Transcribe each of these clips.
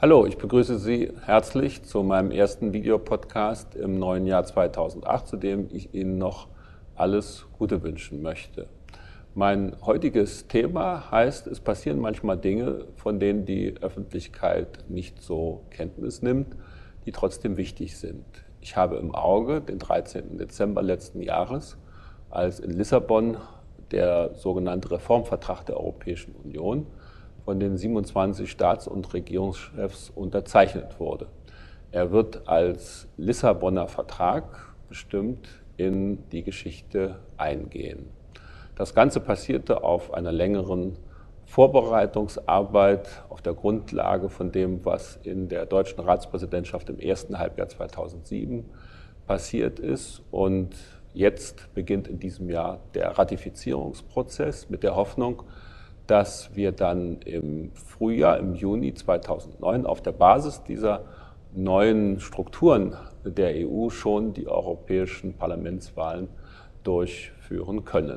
Hallo, ich begrüße Sie herzlich zu meinem ersten Videopodcast im neuen Jahr 2008, zu dem ich Ihnen noch alles Gute wünschen möchte. Mein heutiges Thema heißt, es passieren manchmal Dinge, von denen die Öffentlichkeit nicht so Kenntnis nimmt, die trotzdem wichtig sind. Ich habe im Auge den 13. Dezember letzten Jahres, als in Lissabon der sogenannte Reformvertrag der Europäischen Union von den 27 Staats- und Regierungschefs unterzeichnet wurde. Er wird als Lissabonner Vertrag bestimmt in die Geschichte eingehen. Das Ganze passierte auf einer längeren Vorbereitungsarbeit auf der Grundlage von dem, was in der deutschen Ratspräsidentschaft im ersten Halbjahr 2007 passiert ist. Und jetzt beginnt in diesem Jahr der Ratifizierungsprozess mit der Hoffnung, dass wir dann im Frühjahr, im Juni 2009 auf der Basis dieser neuen Strukturen der EU schon die europäischen Parlamentswahlen durchführen können.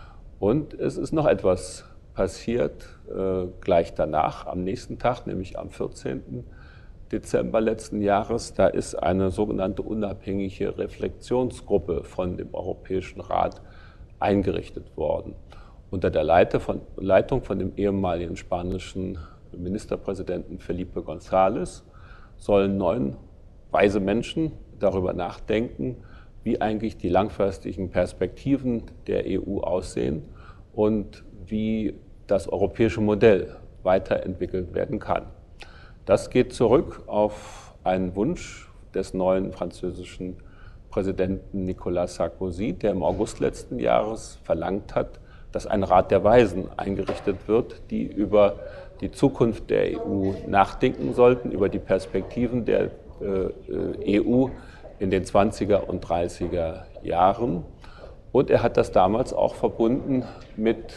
Und es ist noch etwas passiert gleich danach, am nächsten Tag, nämlich am 14. Dezember letzten Jahres. Da ist eine sogenannte unabhängige Reflexionsgruppe von dem Europäischen Rat eingerichtet worden. Unter der Leitung von dem ehemaligen spanischen Ministerpräsidenten Felipe González sollen 9 weise Menschen darüber nachdenken, wie eigentlich die langfristigen Perspektiven der EU aussehen und wie das europäische Modell weiterentwickelt werden kann. Das geht zurück auf einen Wunsch des neuen französischen Präsidenten Nicolas Sarkozy, der im August letzten Jahres verlangt hat, dass ein Rat der Weisen eingerichtet wird, die über die Zukunft der EU nachdenken sollten, über die Perspektiven der EU in den 20er und 30er Jahren. Und er hat das damals auch verbunden mit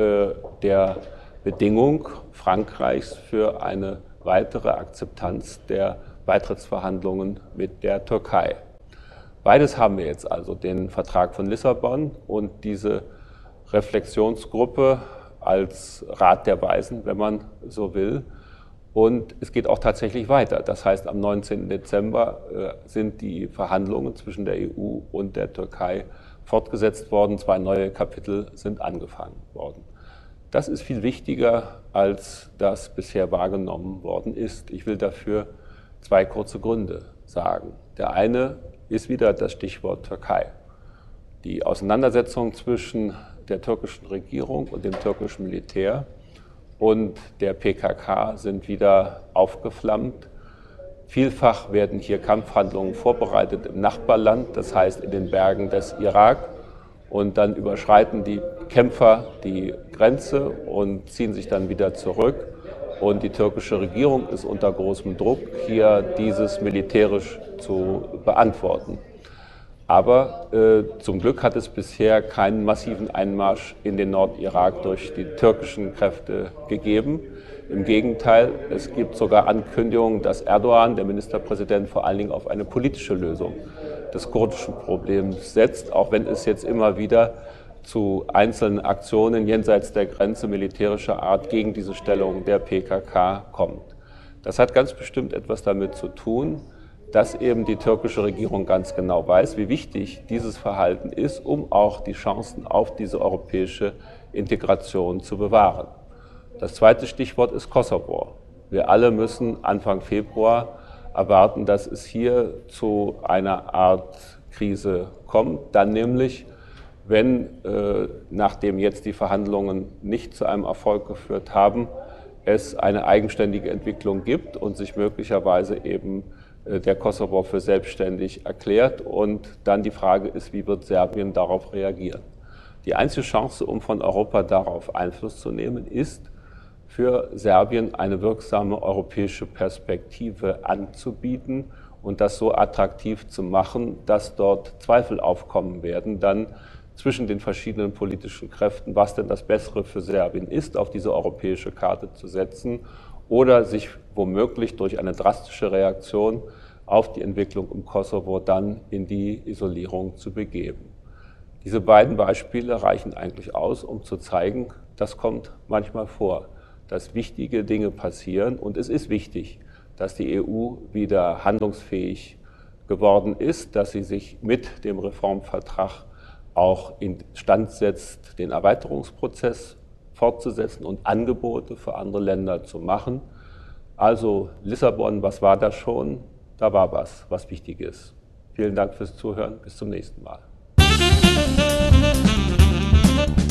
der Bedingung Frankreichs für eine weitere Akzeptanz der Beitrittsverhandlungen mit der Türkei. Beides haben wir jetzt also, den Vertrag von Lissabon und diese Reflexionsgruppe als Rat der Weisen, wenn man so will. Und es geht auch tatsächlich weiter. Das heißt, am 19. Dezember sind die Verhandlungen zwischen der EU und der Türkei fortgesetzt worden. 2 neue Kapitel sind angefangen worden. Das ist viel wichtiger, als das bisher wahrgenommen worden ist. Ich will dafür 2 kurze Gründe sagen. Der eine ist wieder das Stichwort Türkei. Die Auseinandersetzung zwischen der türkischen Regierung und dem türkischen Militär und der PKK sind wieder aufgeflammt. Vielfach werden hier Kampfhandlungen vorbereitet im Nachbarland, das heißt in den Bergen des Irak. Und dann überschreiten die Kämpfer die Grenze und ziehen sich dann wieder zurück. Und die türkische Regierung ist unter großem Druck, hier dieses militärisch zu beantworten. Aber zum Glück hat es bisher keinen massiven Einmarsch in den Nordirak durch die türkischen Kräfte gegeben. Im Gegenteil, es gibt sogar Ankündigungen, dass Erdogan, der Ministerpräsident, vor allen Dingen auf eine politische Lösung des kurdischen Problems setzt, auch wenn es jetzt immer wieder zu einzelnen Aktionen jenseits der Grenze militärischer Art gegen diese Stellung der PKK kommt. Das hat ganz bestimmt etwas damit zu tun, dass eben die türkische Regierung ganz genau weiß, wie wichtig dieses Verhalten ist, um auch die Chancen auf diese europäische Integration zu bewahren. Das zweite Stichwort ist Kosovo. Wir alle müssen Anfang Februar erwarten, dass es hier zu einer Art Krise kommt, dann nämlich, wenn, nachdem jetzt die Verhandlungen nicht zu einem Erfolg geführt haben, es eine eigenständige Entwicklung gibt und sich möglicherweise eben der Kosovo für selbstständig erklärt. Und dann die Frage ist, wie wird Serbien darauf reagieren? Die einzige Chance, um von Europa darauf Einfluss zu nehmen, ist, für Serbien eine wirksame europäische Perspektive anzubieten und das so attraktiv zu machen, dass dort Zweifel aufkommen werden, dann zwischen den verschiedenen politischen Kräften, was denn das Bessere für Serbien ist, auf diese europäische Karte zu setzen oder sich womöglich durch eine drastische Reaktion auf die Entwicklung im Kosovo dann in die Isolierung zu begeben. Diese beiden Beispiele reichen eigentlich aus, um zu zeigen, das kommt manchmal vor, dass wichtige Dinge passieren und es ist wichtig, dass die EU wieder handlungsfähig geworden ist, dass sie sich mit dem Reformvertrag auch instand setzt, den Erweiterungsprozess fortzusetzen und Angebote für andere Länder zu machen. Also Lissabon, was war das schon? Da war was wichtig ist. Vielen Dank fürs Zuhören. Bis zum nächsten Mal.